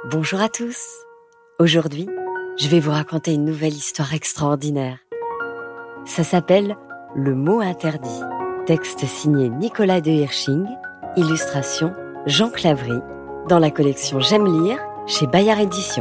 Bonjour à tous. Aujourd'hui, je vais vous raconter une nouvelle histoire extraordinaire. Ça s'appelle Le mot interdit. Texte signé Nicolas de Hirsching, illustration Jean Clavry, dans la collection J'aime lire chez Bayard Éditions.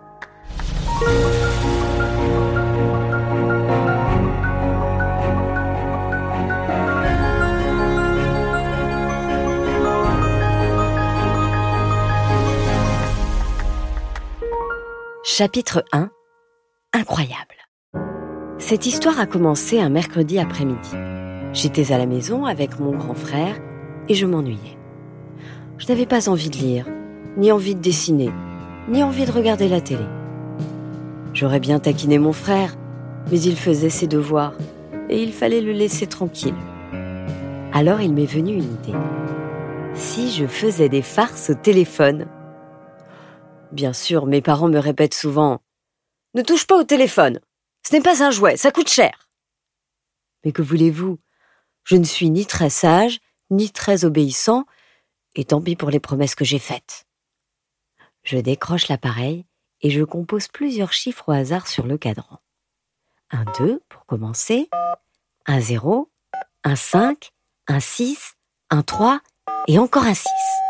Chapitre 1. Incroyable. Cette histoire a commencé un mercredi après-midi. J'étais à la maison avec mon grand frère et je m'ennuyais. Je n'avais pas envie de lire, ni envie de dessiner, ni envie de regarder la télé. J'aurais bien taquiné mon frère, mais il faisait ses devoirs et il fallait le laisser tranquille. Alors il m'est venu une idée. Si je faisais des farces au téléphone? Bien sûr, mes parents me répètent souvent « Ne touche pas au téléphone, ce n'est pas un jouet, ça coûte cher !» Mais que voulez-vous? Je ne suis ni très sage, ni très obéissant, et tant pis pour les promesses que j'ai faites. Je décroche l'appareil et je compose plusieurs chiffres au hasard sur le cadran. Un 2 pour commencer, un 0, un 5, un 6, un 3 et encore un 6.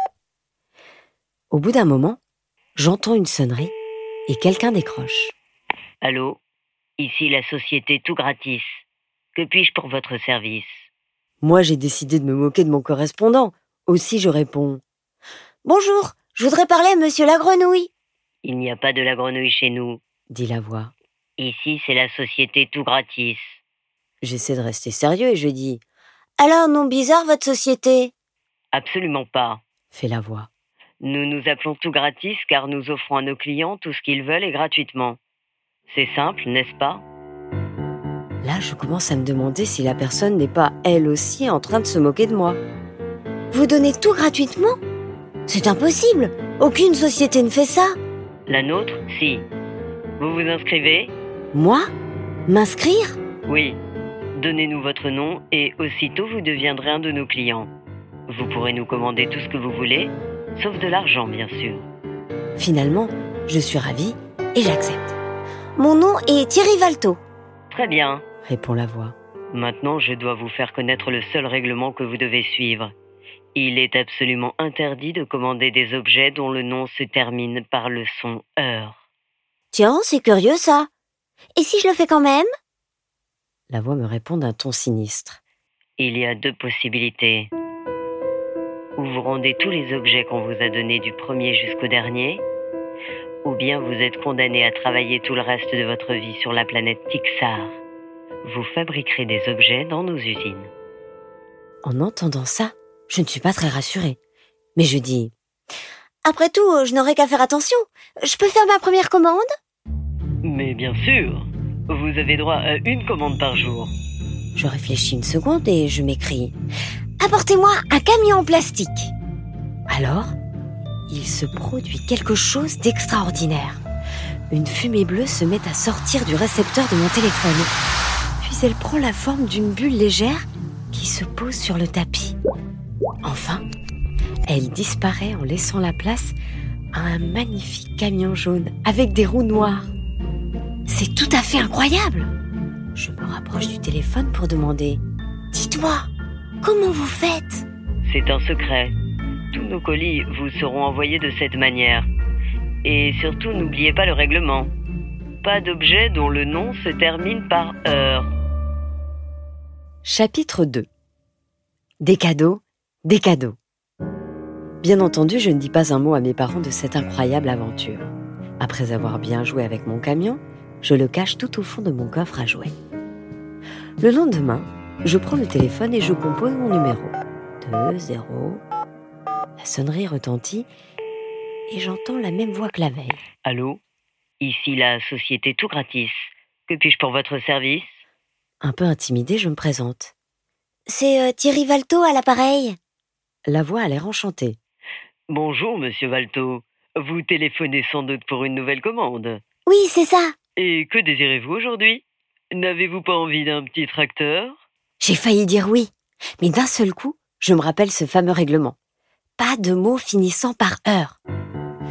Au bout d'un moment, j'entends une sonnerie et quelqu'un décroche. Allô, ici la société Tout Gratis. Que puis-je pour votre service? Moi, j'ai décidé de me moquer de mon correspondant. Aussi, je réponds « Bonjour, je voudrais parler à monsieur la grenouille. » Il n'y a pas de la grenouille chez nous. Dit la voix. Ici, c'est la société Tout Gratis. J'essaie de rester sérieux et je dis « Alors, nom bizarre, votre société ?» Absolument pas. Fait la voix. Nous nous appelons Tout Gratis car nous offrons à nos clients tout ce qu'ils veulent et gratuitement. C'est simple, n'est-ce pas? Là, je commence à me demander si la personne n'est pas, elle aussi, en train de se moquer de moi. Vous donnez tout gratuitement? C'est impossible. Aucune société ne fait ça. La nôtre, si. Vous vous inscrivez? Moi? M'inscrire? Oui. Donnez-nous votre nom et aussitôt vous deviendrez un de nos clients. Vous pourrez nous commander tout ce que vous voulez, sauf de l'argent, bien sûr. Finalement, je suis ravie et j'accepte. Mon nom est Thierry Valto. Très bien. Répond la voix. Maintenant, je dois vous faire connaître le seul règlement que vous devez suivre. Il est absolument interdit de commander des objets dont le nom se termine par le son « heure ». Tiens, c'est curieux ça. Et si je le fais quand même? La voix me répond d'un ton sinistre. Il y a deux possibilités. Ou vous rendez tous les objets qu'on vous a donnés du premier jusqu'au dernier, ou bien vous êtes condamné à travailler tout le reste de votre vie sur la planète Tixar. Vous fabriquerez des objets dans nos usines. En entendant ça, je ne suis pas très rassurée. Mais je dis « Après tout, je n'aurai qu'à faire attention. Je peux faire ma première commande ?» Mais bien sûr, vous avez droit à une commande par jour. Je réfléchis une seconde et je m'écrie « Apportez-moi un camion en plastique !» Alors, il se produit quelque chose d'extraordinaire. Une fumée bleue se met à sortir du récepteur de mon téléphone. Puis elle prend la forme d'une bulle légère qui se pose sur le tapis. Enfin, elle disparaît en laissant la place à un magnifique camion jaune avec des roues noires. C'est tout à fait incroyable. Je me rapproche du téléphone pour demander « Dites-moi, comment vous faites ?» C'est un secret. Tous nos colis vous seront envoyés de cette manière. Et surtout, n'oubliez pas le règlement. Pas d'objet dont le nom se termine par « heure ». Chapitre 2. Des cadeaux, des cadeaux. Bien entendu, je ne dis pas un mot à mes parents de cette incroyable aventure. Après avoir bien joué avec mon camion, je le cache tout au fond de mon coffre à jouets. Le lendemain, je prends le téléphone et je compose mon numéro. 2, 0. La sonnerie retentit et j'entends la même voix que la veille. Allô? Ici la société Tout Gratis. Que puis-je pour votre service? Un peu intimidée, je me présente. C'est Thierry Valto à l'appareil. La voix a l'air enchantée. Bonjour, monsieur Valto. Vous téléphonez sans doute pour une nouvelle commande. Oui, c'est ça. Et que désirez-vous aujourd'hui? N'avez-vous pas envie d'un petit tracteur? J'ai failli dire oui, mais d'un seul coup, je me rappelle ce fameux règlement. Pas de mots finissant par heure.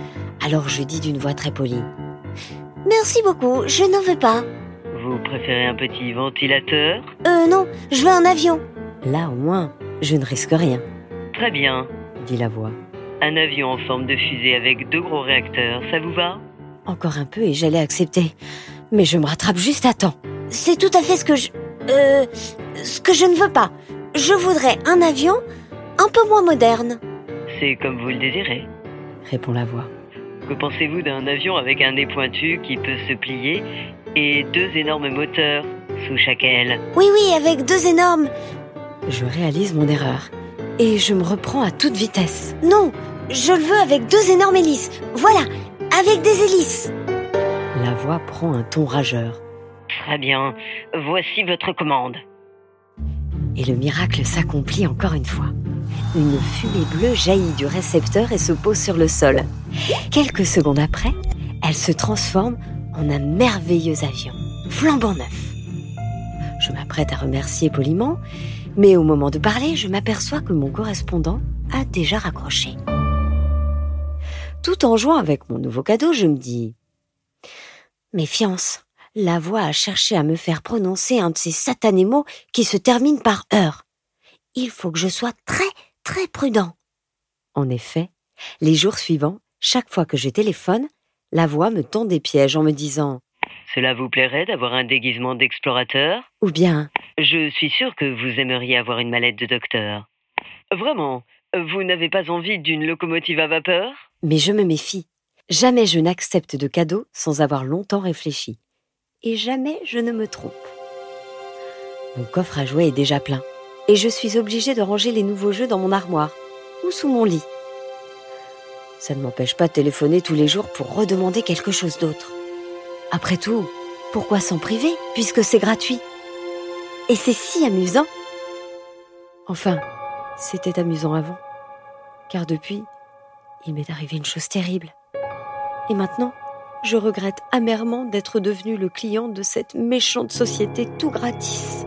Alors je dis d'une voix très polie. Merci beaucoup, je n'en veux pas. Vous préférez un petit ventilateur? Non, je veux un avion. Là au moins, je ne risque rien, Très bien. dit la voix. Un avion en forme de fusée avec 2 gros réacteurs, ça vous va? Encore un peu et j'allais accepter. Mais je me rattrape juste à temps. C'est tout à fait ce que je ne veux pas. Je voudrais un avion un peu moins moderne. C'est comme vous le désirez. Répond la voix. Que pensez-vous d'un avion avec un nez pointu qui peut se plier et 2 énormes moteurs sous chaque aile? Oui, avec 2 énormes... Je réalise mon erreur et je me reprends à toute vitesse. Non, je le veux avec 2 énormes hélices. Voilà, avec des hélices. La voix prend un ton rageur. Très bien, voici votre commande. Et le miracle s'accomplit encore une fois. Une fumée bleue jaillit du récepteur et se pose sur le sol. Quelques secondes après, elle se transforme en un merveilleux avion, flambant neuf. Je m'apprête à remercier poliment, mais au moment de parler, je m'aperçois que mon correspondant a déjà raccroché. Tout en jouant avec mon nouveau cadeau, je me dis « Méfiance, la voix a cherché à me faire prononcer un de ces satanés mots qui se terminent par « heure ». Il faut que je sois très, très prudent. » En effet, les jours suivants, chaque fois que je téléphone, la voix me tend des pièges en me disant « Cela vous plairait d'avoir un déguisement d'explorateur? Ou bien Je suis sûr que vous aimeriez avoir une mallette de docteur. Vraiment, vous n'avez pas envie d'une locomotive à vapeur? » Mais je me méfie. Jamais je n'accepte de cadeaux sans avoir longtemps réfléchi. Et jamais je ne me trompe. Mon coffre à jouets est déjà plein. Et je suis obligée de ranger les nouveaux jeux dans mon armoire ou sous mon lit. Ça ne m'empêche pas de téléphoner tous les jours pour redemander quelque chose d'autre. Après tout, pourquoi s'en priver puisque c'est gratuit? Et c'est si amusant. Enfin, c'était amusant avant. Car depuis, il m'est arrivé une chose terrible. Et maintenant, je regrette amèrement d'être devenue le client de cette méchante société tout gratis.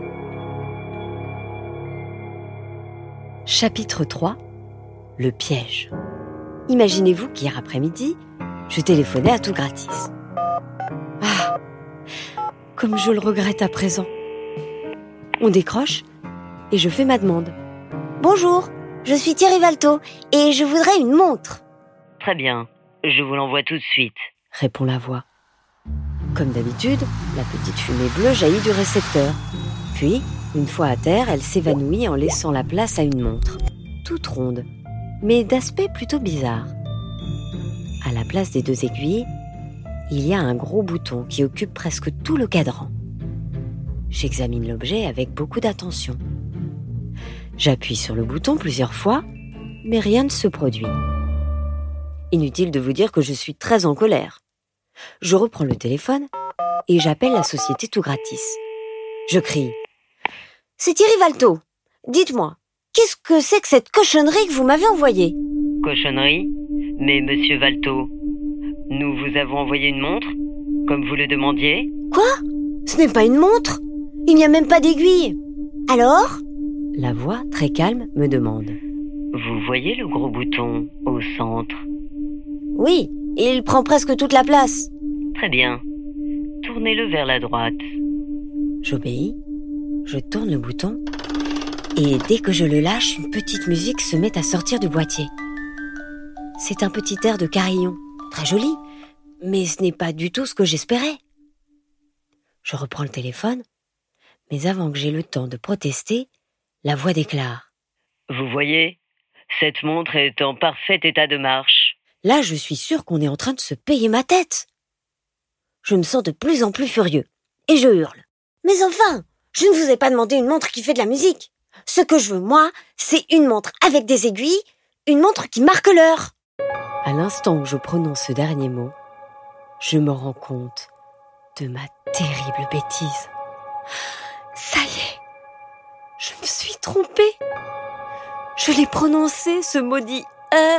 Chapitre 3. Le piège. Imaginez-vous qu'hier après-midi, je téléphonais à tout gratis. Ah, comme je le regrette à présent. On décroche et je fais ma demande. Bonjour, je suis Thierry Valto et je voudrais une montre. Très bien, je vous l'envoie tout de suite, répond la voix. Comme d'habitude, la petite fumée bleue jaillit du récepteur. Puis, une fois à terre, elle s'évanouit en laissant la place à une montre, toute ronde, mais d'aspect plutôt bizarre. À la place des 2 aiguilles, il y a un gros bouton qui occupe presque tout le cadran. J'examine l'objet avec beaucoup d'attention. J'appuie sur le bouton plusieurs fois, mais rien ne se produit. Inutile de vous dire que je suis très en colère. Je reprends le téléphone et j'appelle la société tout gratis. Je crie. C'est Thierry Valto. Dites-moi, qu'est-ce que c'est que cette cochonnerie que vous m'avez envoyée? Cochonnerie? Mais monsieur Valto, nous vous avons envoyé une montre, comme vous le demandiez? Quoi? Ce n'est pas une montre? Il n'y a même pas d'aiguille. Alors? La voix, très calme, me demande. Vous voyez le gros bouton au centre? Oui, il prend presque toute la place. Très bien. Tournez-le vers la droite. J'obéis, je tourne le bouton et dès que je le lâche, une petite musique se met à sortir du boîtier. C'est un petit air de carillon, très joli, mais ce n'est pas du tout ce que j'espérais. Je reprends le téléphone, mais avant que j'aie le temps de protester, la voix déclare. Vous voyez, cette montre est en parfait état de marche. Là, je suis sûre qu'on est en train de se payer ma tête. Je me sens de plus en plus furieux et je hurle. Mais enfin, je ne vous ai pas demandé une montre qui fait de la musique. Ce que je veux, moi, c'est une montre avec des aiguilles, une montre qui marque l'heure. À l'instant où je prononce ce dernier mot, je me rends compte de ma terrible bêtise. Ça y est, je me suis trompée. Je l'ai prononcé, ce maudit « heure ».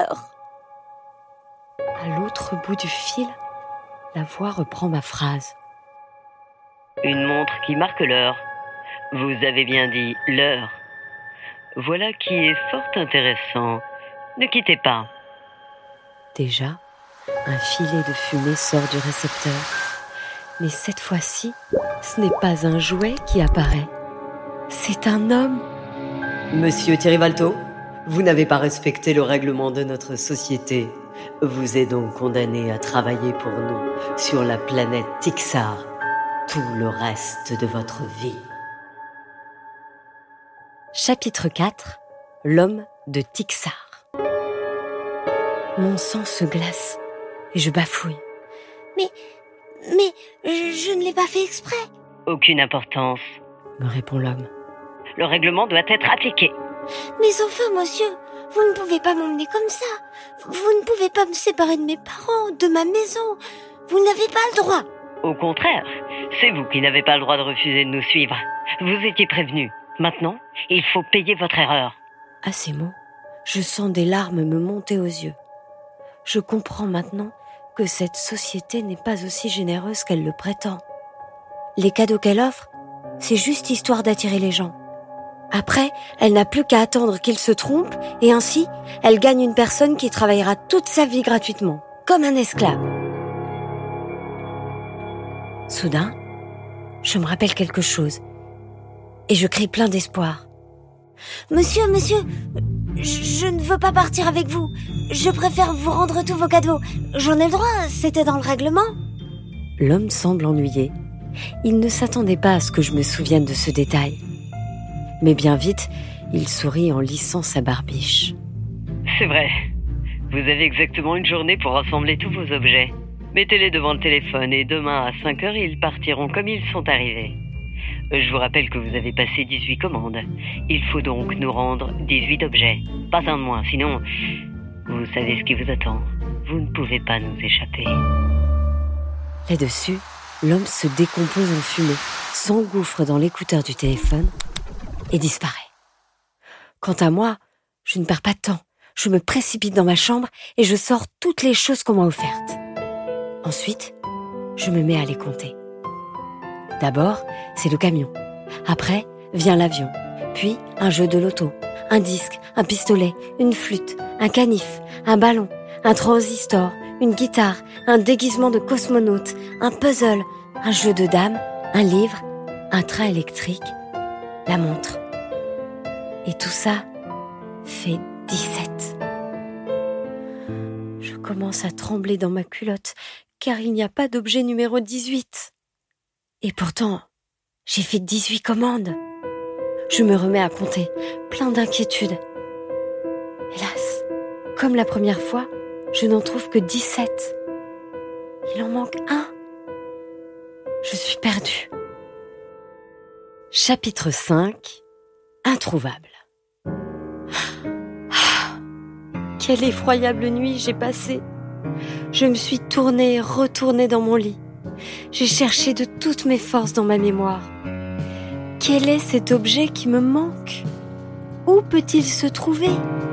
À l'autre bout du fil, la voix reprend ma phrase. Une montre qui marque l'heure. Vous avez bien dit l'heure. Voilà qui est fort intéressant. Ne quittez pas. Déjà, Un filet de fumée sort du récepteur. Mais cette fois-ci, ce n'est pas un jouet qui apparaît. C'est un homme. Monsieur Tirivalto, vous n'avez pas respecté le règlement de notre société. Vous êtes donc condamné à travailler pour nous sur la planète Tixar tout le reste de votre vie. Chapitre 4. L'homme de Tixar. Mon sang se glace et je bafouille. Mais je ne l'ai pas fait exprès. Aucune importance. Me répond l'homme. Le règlement doit être appliqué. Mais enfin, monsieur, vous ne pouvez pas m'emmener comme ça. Vous ne pouvez pas me séparer de mes parents, de ma maison. Vous n'avez pas le droit. Au contraire, c'est vous qui n'avez pas le droit de refuser de nous suivre. Vous étiez prévenus. Maintenant, il faut payer votre erreur. À ces mots, je sens des larmes me monter aux yeux. Je comprends maintenant que cette société n'est pas aussi généreuse qu'elle le prétend. Les cadeaux qu'elle offre, c'est juste histoire d'attirer les gens. Après, elle n'a plus qu'à attendre qu'ils se trompent et ainsi, elle gagne une personne qui travaillera toute sa vie gratuitement, comme un esclave. Soudain, je me rappelle quelque chose et je crie plein d'espoir. Monsieur, je ne veux pas partir avec vous. Je préfère vous rendre tous vos cadeaux. J'en ai le droit, c'était dans le règlement. L'homme semble ennuyé. Il ne s'attendait pas à ce que je me souvienne de ce détail. Mais bien vite, il sourit en lissant sa barbiche. C'est vrai. Vous avez exactement une journée pour rassembler tous vos objets. Mettez-les devant le téléphone et demain à 5 heures, ils partiront comme ils sont arrivés. Je vous rappelle que vous avez passé 18 commandes. Il faut donc nous rendre 18 objets. Pas un de moins, sinon, vous savez ce qui vous attend. Vous ne pouvez pas nous échapper. Là-dessus, l'homme se décompose en fumée, s'engouffre dans l'écouteur du téléphone et disparaît. Quant à moi, je ne perds pas de temps. Je me précipite dans ma chambre et je sors toutes les choses qu'on m'a offertes. Ensuite, je me mets à les compter. D'abord, c'est le camion. Après, vient l'avion. Puis, un jeu de loto, un disque, un pistolet, une flûte, un canif, un ballon, un transistor, une guitare, un déguisement de cosmonaute, un puzzle, un jeu de dames, un livre, un train électrique, la montre. Et tout ça fait 17. Je commence à trembler dans ma culotte, car il n'y a pas d'objet numéro 18. Et pourtant, j'ai fait 18 commandes. Je me remets à compter, plein d'inquiétude. Hélas, comme la première fois, je n'en trouve que 17. Il en manque un. Je suis perdue. Chapitre 5. Introuvable. Quelle effroyable nuit j'ai passée. Je me suis tournée et retournée dans mon lit. J'ai cherché de toutes mes forces dans ma mémoire. Quel est cet objet qui me manque? Où peut-il se trouver?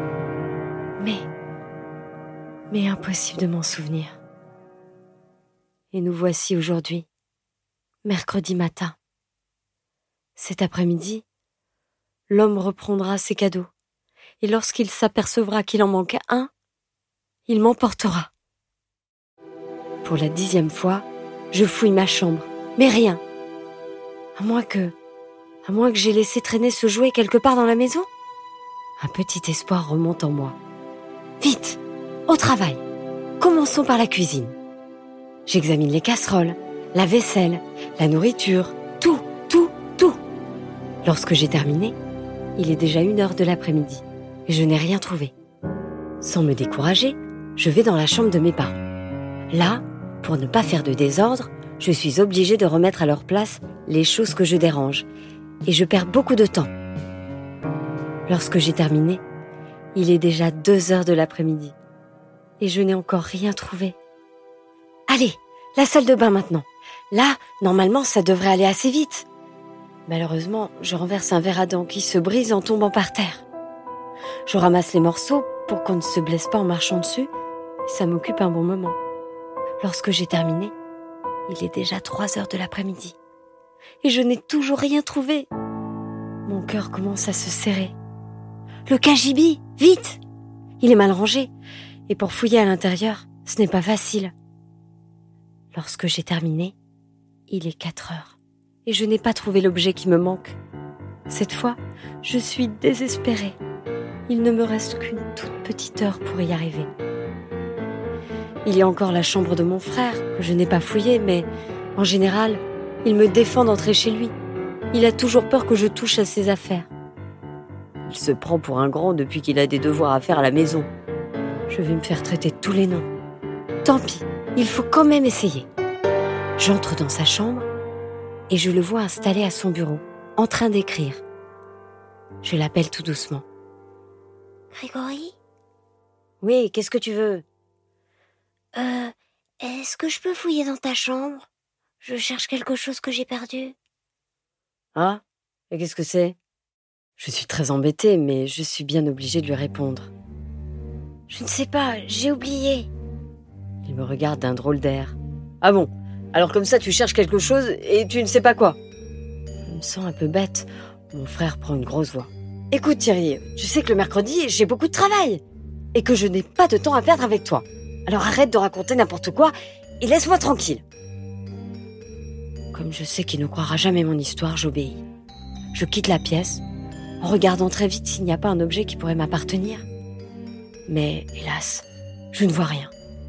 Mais impossible de m'en souvenir. Et nous voici aujourd'hui, mercredi matin. Cet après-midi, l'homme reprendra ses cadeaux. Et lorsqu'il s'apercevra qu'il en manque un, il m'emportera. Pour la 10e fois, je fouille ma chambre, mais rien. À moins que j'ai laissé traîner ce jouet quelque part dans la maison. Un petit espoir remonte en moi. Vite, au travail. Commençons par la cuisine. J'examine les casseroles, la vaisselle, la nourriture, tout. Lorsque j'ai terminé, il est déjà 1h de l'après-midi et je n'ai rien trouvé. Sans me décourager, je vais dans la chambre de mes parents. Là, pour ne pas faire de désordre, je suis obligée de remettre à leur place les choses que je dérange et je perds beaucoup de temps. Lorsque j'ai terminé, il est déjà 2h de l'après-midi et je n'ai encore rien trouvé. Allez, la salle de bain maintenant. Là, normalement, ça devrait aller assez vite. Malheureusement, je renverse un verre à dents qui se brise en tombant par terre. Je ramasse les morceaux pour qu'on ne se blesse pas en marchant dessus et ça m'occupe un bon moment. Lorsque j'ai terminé, il est déjà 3h de l'après-midi et je n'ai toujours rien trouvé. Mon cœur commence à se serrer. Le cagibi, vite! Il est mal rangé et pour fouiller à l'intérieur, Ce n'est pas facile. Lorsque j'ai terminé, il est 4 heures et je n'ai pas trouvé l'objet qui me manque. Cette fois, je suis désespérée. Il ne me reste qu'une toute petite heure pour y arriver. Il y a encore la chambre de mon frère que je n'ai pas fouillée, mais en général, il me défend d'entrer chez lui. Il a toujours peur que je touche à ses affaires. Il se prend pour un grand depuis qu'il a des devoirs à faire à la maison. Je vais me faire traiter de tous les noms. Tant pis, il faut quand même essayer. J'entre dans sa chambre et je le vois installé à son bureau, en train d'écrire. Je l'appelle tout doucement. Grégory ? Oui, qu'est-ce que tu veux ? Est-ce que je peux fouiller dans ta chambre ? Je cherche quelque chose que j'ai perdu. Ah ? Et qu'est-ce que c'est ? Je suis très embêtée, mais je suis bien obligée de lui répondre. Je ne sais pas, j'ai oublié. Il me regarde d'un drôle d'air. Ah bon ? Alors comme ça, tu cherches quelque chose et tu ne sais pas quoi ? Je me sens un peu bête. Mon frère prend une grosse voix. Écoute Thierry, tu sais que le mercredi, j'ai beaucoup de travail et que je n'ai pas de temps à perdre avec toi. Alors arrête de raconter n'importe quoi et laisse-moi tranquille. Comme je sais qu'il ne croira jamais mon histoire, j'obéis. Je quitte la pièce, en regardant très vite s'il n'y a pas un objet qui pourrait m'appartenir. Mais hélas, je ne vois rien.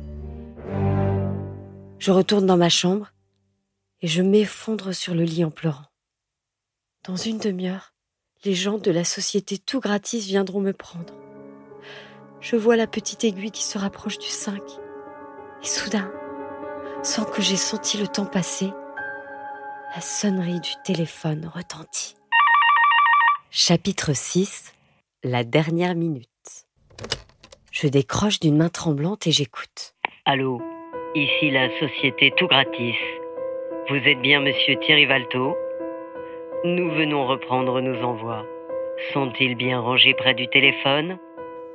Je retourne dans ma chambre et je m'effondre sur le lit en pleurant. Dans une demi-heure, les gens de la société Tout Gratis viendront me prendre. Je vois la petite aiguille qui se rapproche du 5. Et soudain, sans que j'aie senti le temps passer, la sonnerie du téléphone retentit. Chapitre 6. La dernière minute. Je décroche d'une main tremblante et j'écoute. Allô, ici la société Tout Gratis. Vous êtes bien monsieur Thierry Valteau ? Nous venons reprendre nos envois. Sont-ils bien rangés près du téléphone ? Oui ?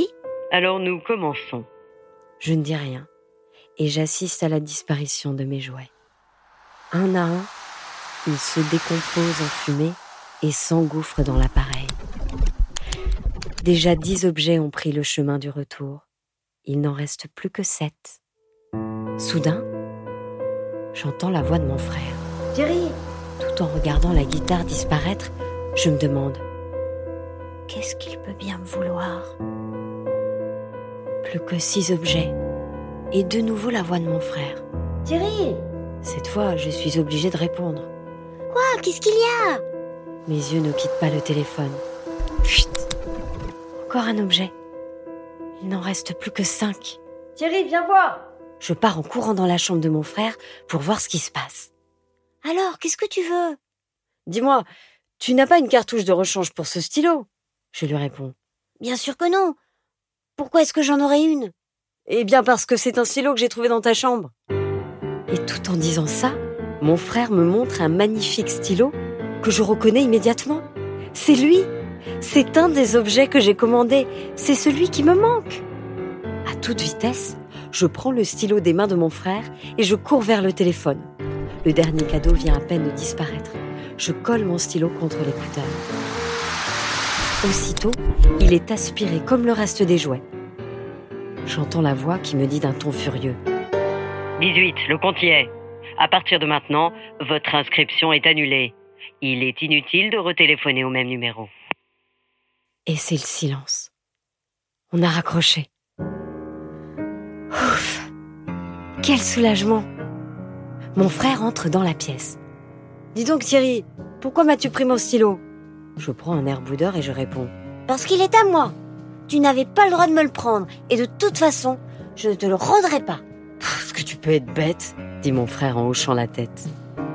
Alors nous commençons. Je ne dis rien et j'assiste à la disparition de mes jouets. Un à un, ils se décomposent en fumée et s'engouffrent dans l'appareil. Déjà 10 objets ont pris le chemin du retour. Il n'en reste plus que 7. Soudain, j'entends la voix de mon frère. « Thierry !» Tout en regardant la guitare disparaître, je me demande « Qu'est-ce qu'il peut bien me vouloir ?» Plus que 6 objets. Et de nouveau la voix de mon frère. « Thierry !» Cette fois, je suis obligée de répondre. « Quoi ? Qu'est-ce qu'il y a ?» Mes yeux ne quittent pas le téléphone. Chut ! Encore un objet. Il n'en reste plus que 5. « Thierry, viens voir !» Je pars en courant dans la chambre de mon frère pour voir ce qui se passe. « Alors, qu'est-ce que tu veux ?»« Dis-moi, tu n'as pas une cartouche de rechange pour ce stylo ?» Je lui réponds. « Bien sûr que non. Pourquoi est-ce que j'en aurais une ?»« Eh bien parce que c'est un stylo que j'ai trouvé dans ta chambre. » Et tout en disant ça, mon frère me montre un magnifique stylo que je reconnais immédiatement. C'est lui. C'est un des objets que j'ai commandé. C'est celui qui me manque. À toute vitesse, je prends le stylo des mains de mon frère et je cours vers le téléphone. Le dernier cadeau vient à peine de disparaître. Je colle mon stylo contre l'écouteur. Aussitôt, il est aspiré comme le reste des jouets. J'entends la voix qui me dit d'un ton furieux. 18, le compte y est. À partir de maintenant, votre inscription est annulée. Il est inutile de retéléphoner au même numéro. Et c'est le silence. On a raccroché. Ouf ! Quel soulagement ! Mon frère entre dans la pièce. « Dis donc Thierry, pourquoi m'as-tu pris mon stylo ?» Je prends un air boudeur et je réponds. « Parce qu'il est à moi. Tu n'avais pas le droit de me le prendre. Et de toute façon, je ne te le rendrai pas. » « Est-ce que tu peux être bête ?» dit mon frère en hochant la tête.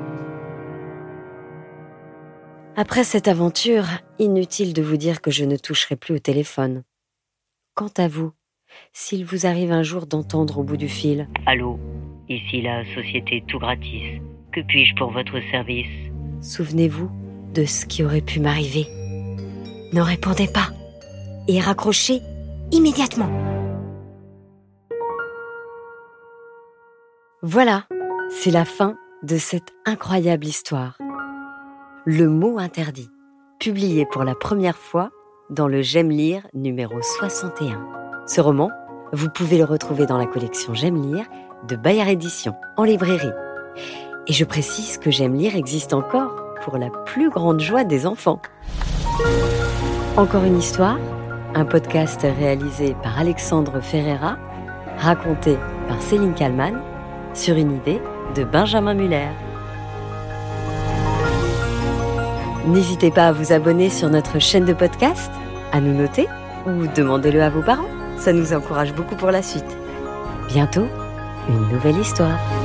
Après cette aventure, inutile de vous dire que je ne toucherai plus au téléphone. Quant à vous, s'il vous arrive un jour d'entendre au bout du fil « Allô, ici la société Tout Gratis. Que puis-je pour votre service ?» Souvenez-vous de ce qui aurait pu m'arriver. Ne répondez pas et raccrochez immédiatement. Voilà, c'est la fin de cette incroyable histoire. Le mot interdit, publié pour la première fois dans le J'aime lire numéro 61. Ce roman, Vous pouvez le retrouver dans la collection J'aime lire de Bayard Éditions en librairie. Et je précise que J'aime lire existe encore pour la plus grande joie des enfants. Encore une histoire, un podcast réalisé par Alexandre Ferreira, raconté par Céline Kallmann, sur une idée de Benjamin Muller. N'hésitez pas à vous abonner sur notre chaîne de podcast, à nous noter ou demandez-le à vos parents. Ça nous encourage beaucoup pour la suite. Bientôt, une nouvelle histoire.